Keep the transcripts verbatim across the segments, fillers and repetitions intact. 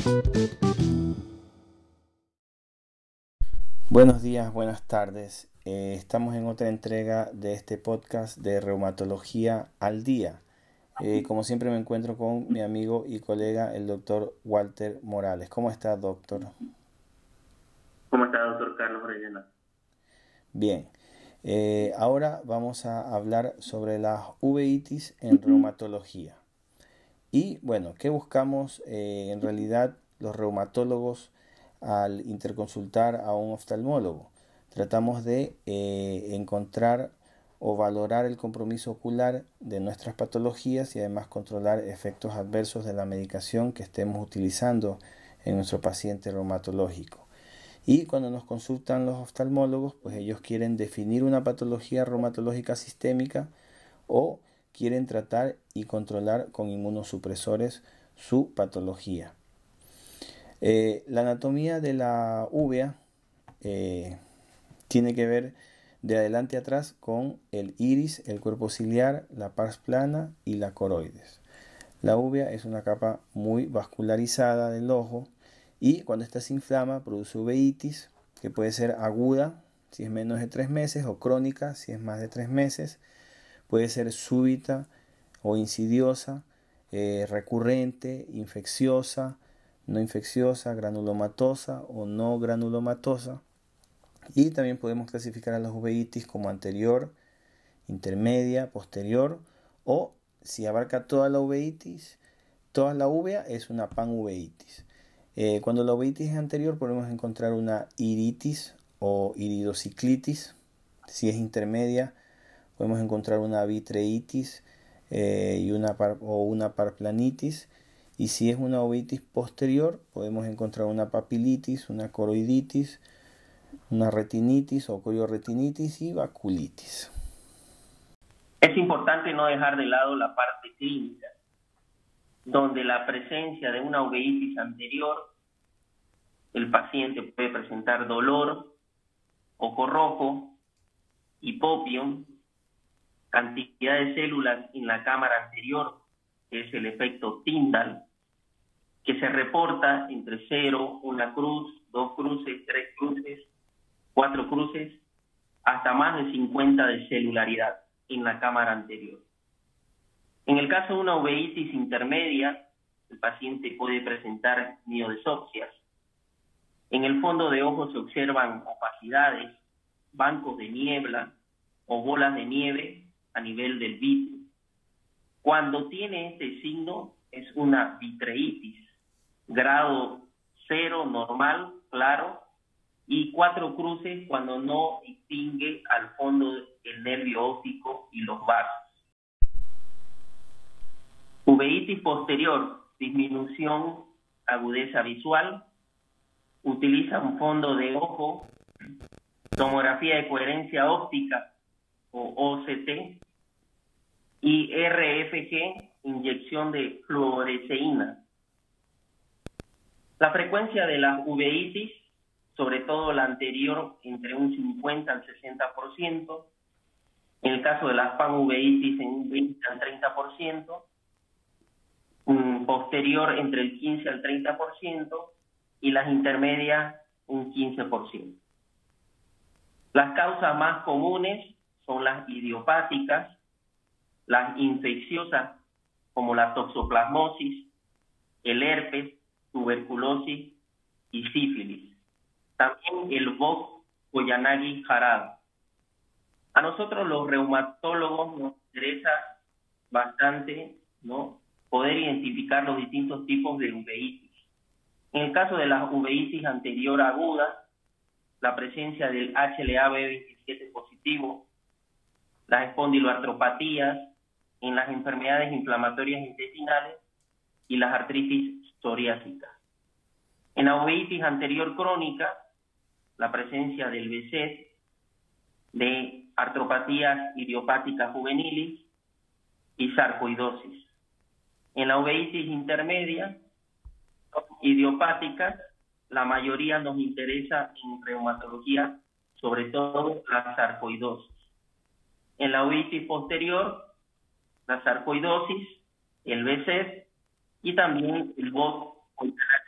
Buenos días, buenas tardes. Eh, estamos en otra entrega de este podcast de Reumatología al Día. Eh, como siempre me encuentro con mi amigo y colega, el doctor Walter Morales. ¿Cómo está, doctor? ¿Cómo está, doctor Carlos Reyena? Bien. Eh, ahora vamos a hablar sobre las uveitis en reumatología. Y bueno, ¿qué buscamos eh, en realidad los reumatólogos al interconsultar a un oftalmólogo? Tratamos de eh, encontrar o valorar el compromiso ocular de nuestras patologías y además controlar efectos adversos de la medicación que estemos utilizando en nuestro paciente reumatológico. Y cuando nos consultan los oftalmólogos, pues ellos quieren definir una patología reumatológica sistémica o quieren tratar y controlar con inmunosupresores su patología. Eh, la anatomía de la uvea eh, tiene que ver de adelante a atrás con el iris, el cuerpo ciliar, la pars plana y la coroides. La uvea es una capa muy vascularizada del ojo y cuando esta se inflama produce uveitis, que puede ser aguda si es menos de tres meses o crónica si es más de tres meses. Puede ser súbita o insidiosa, eh, recurrente, infecciosa, no infecciosa, granulomatosa o no granulomatosa. Y también podemos clasificar a las uveitis como anterior, intermedia, posterior, o si abarca toda la uveitis, toda la uvea es una panuveitis. Eh, cuando la uveitis es anterior podemos encontrar una iritis o iridociclitis. Si es intermedia podemos encontrar una vitreitis eh, y una par, o una parplanitis. Y si es una uveitis posterior podemos encontrar una papilitis, una coroiditis, una retinitis o corioretinitis y vaculitis. Es importante no dejar de lado la parte clínica, donde la presencia de una uveitis anterior, el paciente puede presentar dolor, ojo rojo, hipopio, cantidad de células en la cámara anterior, que es el efecto Tyndall, que se reporta entre cero, una cruz, dos cruces, tres cruces, cuatro cruces, hasta más de cincuenta de celularidad en la cámara anterior. En el caso de una uveitis intermedia, el paciente puede presentar miodesopsias. En el fondo de ojo se observan opacidades, bancos de niebla o bolas de nieve a nivel del vítreo. Cuando tiene este signo es una vitreitis, grado cero normal, claro, y cuatro cruces cuando no distingue al fondo el nervio óptico y los vasos. Uveitis posterior, disminución, agudeza visual, utiliza un fondo de ojo, tomografía de coherencia óptica o O C T y R F G, inyección de fluoresceína. La frecuencia de las uveitis, sobre todo la anterior, entre un cincuenta al sesenta por ciento, en el caso de las panuveitis en un veinte al treinta por ciento, un posterior entre el quince al treinta por ciento y las intermedias un quince por ciento. Las causas más comunes son las idiopáticas, las infecciosas como la toxoplasmosis, el herpes, tuberculosis y sífilis. También el Vogt-Koyanagi-Harada. A nosotros los reumatólogos nos interesa bastante, ¿no?, poder identificar los distintos tipos de uveitis. En el caso de las uveitis anterior agudas, la presencia del H L A B veintisiete positivo, las espondiloartropatías, en las enfermedades inflamatorias intestinales y las artritis psoriásicas. En la uveitis anterior crónica, la presencia del B C E S, de artropatías idiopáticas juveniles y sarcoidosis. En la uveitis intermedia, idiopáticas, la mayoría nos interesa en reumatología, sobre todo la sarcoidosis. En la uveitis posterior, la sarcoidosis, el B C E S y también el Vogt-Koyanagi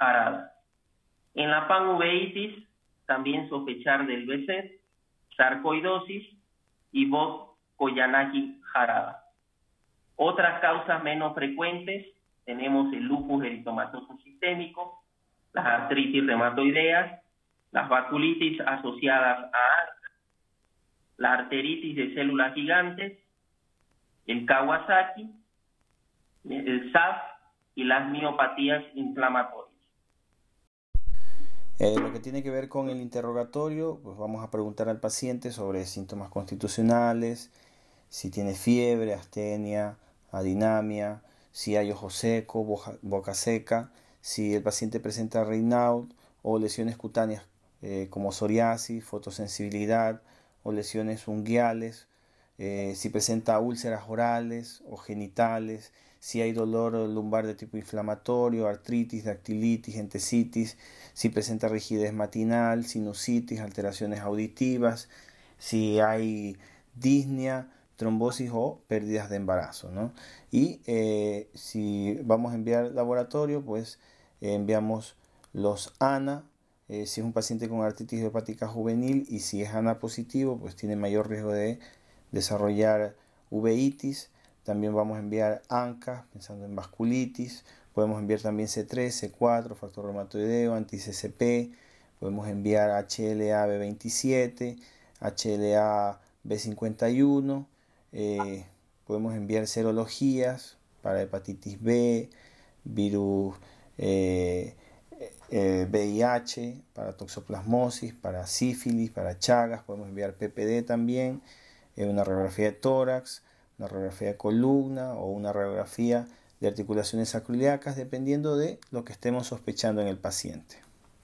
Harada. En la panuveitis, también sospechar del B S E T, sarcoidosis y Vogt-Koyanagi-Harada. Otras causas menos frecuentes, tenemos el lupus eritomatoso sistémico, las artritis reumatoideas, las vasculitis asociadas a ANCA, la arteritis de células gigantes, el Kawasaki, el S A F y las miopatías inflamatorias. Eh, lo que tiene que ver con el interrogatorio, pues vamos a preguntar al paciente sobre síntomas constitucionales, si tiene fiebre, astenia, adinamia, si hay ojo seco, boca, boca seca, si el paciente presenta Raynaud o lesiones cutáneas eh, como psoriasis, fotosensibilidad o lesiones unguiales, eh, si presenta úlceras orales o genitales, si hay dolor lumbar de tipo inflamatorio, artritis, dactilitis, entesitis, si presenta rigidez matinal, sinusitis, alteraciones auditivas, si hay disnea, trombosis o pérdidas de embarazo, ¿no? Y eh, si vamos a enviar laboratorio, pues eh, enviamos los A N A, eh, si es un paciente con artritis idiopática juvenil, y si es A N A positivo, pues tiene mayor riesgo de desarrollar uveitis. También vamos a enviar ANCA, pensando en vasculitis. Podemos enviar también C tres, C cuatro, factor reumatoideo, anti-C C P. Podemos enviar H L A B veintisiete, H L A B cincuenta y uno. Eh, podemos enviar serologías para hepatitis B, virus eh, eh, V I H, para toxoplasmosis, para sífilis, para Chagas. Podemos enviar P P D también, eh, una radiografía de tórax, una radiografía de columna o una radiografía de articulaciones sacroiliacas, dependiendo de lo que estemos sospechando en el paciente.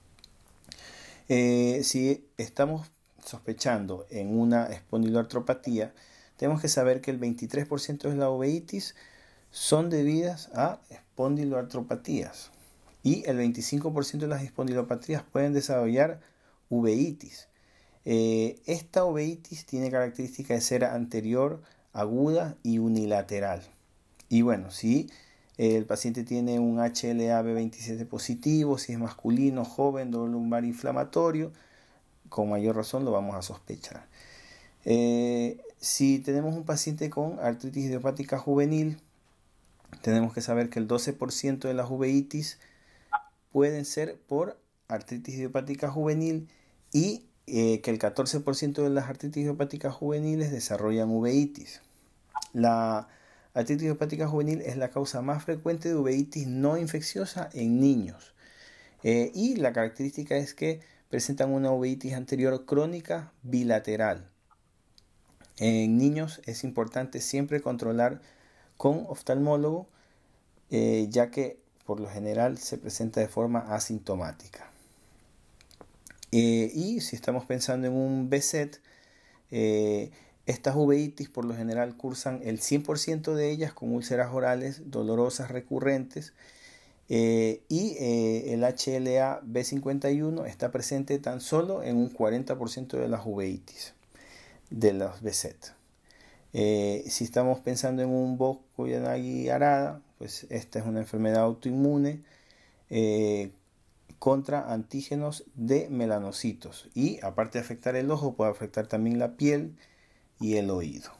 Eh, si estamos sospechando en una espondiloartropatía, tenemos que saber que el veintitrés por ciento de las uveitis son debidas a espondiloartropatías y el veinticinco por ciento de las espondilopatías pueden desarrollar uveitis. Eh, esta uveitis tiene característica de ser anterior, aguda y unilateral. Y bueno, si eh, el paciente tiene un H L A B veintisiete positivo, si es masculino, joven, dolor lumbar inflamatorio, con mayor razón lo vamos a sospechar. Eh, si tenemos un paciente con artritis idiopática juvenil, tenemos que saber que el doce por ciento de las uveitis pueden ser por artritis idiopática juvenil y eh, que el catorce por ciento de las artritis idiopáticas juveniles desarrollan uveitis. La artritis idiopática juvenil es la causa más frecuente de uveitis no infecciosa en niños. Eh, y la característica es que presentan una uveitis anterior crónica bilateral. En niños es importante siempre controlar con oftalmólogo, eh, ya que por lo general se presenta de forma asintomática. Eh, y si estamos pensando en un B S E T, eh, estas uveitis por lo general cursan el cien por ciento de ellas con úlceras orales dolorosas recurrentes, eh, y eh, el H L A B cincuenta y uno está presente tan solo en un cuarenta por ciento de las uveitis de los B S E T. Eh, si estamos pensando en un Vogt-Koyanagi-Harada, pues esta es una enfermedad autoinmune eh, contra antígenos de melanocitos, y aparte de afectar el ojo puede afectar también la piel y el oído.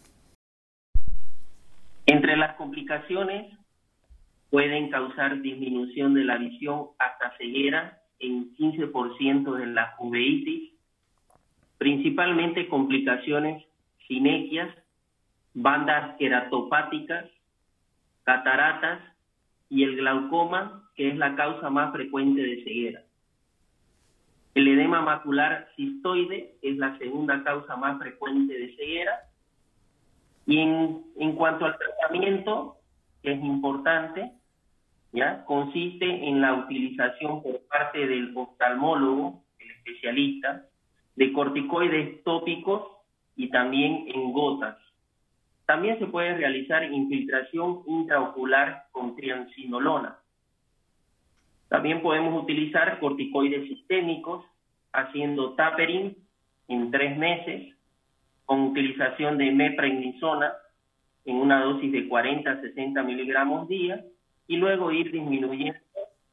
Entre las complicaciones pueden causar disminución de la visión hasta ceguera en quince por ciento de las uveitis, principalmente complicaciones cinequias, bandas queratopáticas, cataratas y el glaucoma, que es la causa más frecuente de ceguera. El edema macular cistoide es la segunda causa más frecuente de ceguera. Y en, en cuanto al tratamiento, que es importante, ¿ya? Consiste en la utilización por parte del oftalmólogo, el especialista, de corticoides tópicos y también en gotas. También se puede realizar infiltración intraocular con triamcinolona. También podemos utilizar corticoides sistémicos haciendo tapering en tres meses con utilización de meprednisona en una dosis de cuarenta a sesenta miligramos día y luego ir disminuyendo hasta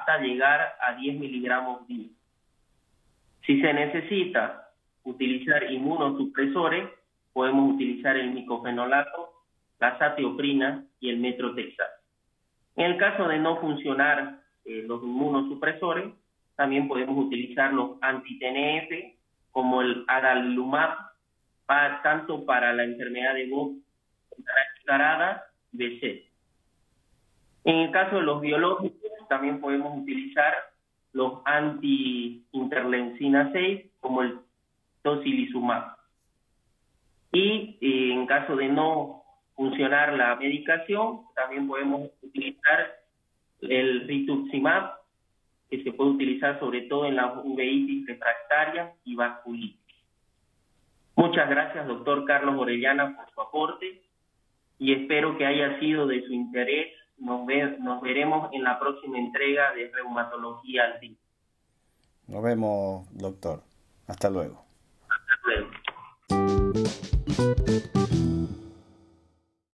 hasta llegar a diez miligramos día. Si se necesita utilizar inmunosupresores, podemos utilizar el micofenolato, la azatioprina y el metrotexato. En el caso de no funcionar eh, los inmunosupresores, también podemos utilizar los anti-T N F como el adalimumab, para, tanto para la enfermedad de Bob Arada B C. En el caso de los biológicos, también podemos utilizar los anti-interleucina seis como el tocilizumab. Y eh, en caso de no funcionar la medicación, también podemos utilizar el rituximab, que se puede utilizar sobre todo en la uveitis refractaria y vasculitis. Muchas gracias, doctor Carlos Orellana, por su aporte y espero que haya sido de su interés. Nos, ve, nos veremos en la próxima entrega de Reumatología al Día. Nos vemos, doctor. Hasta luego. Hasta luego.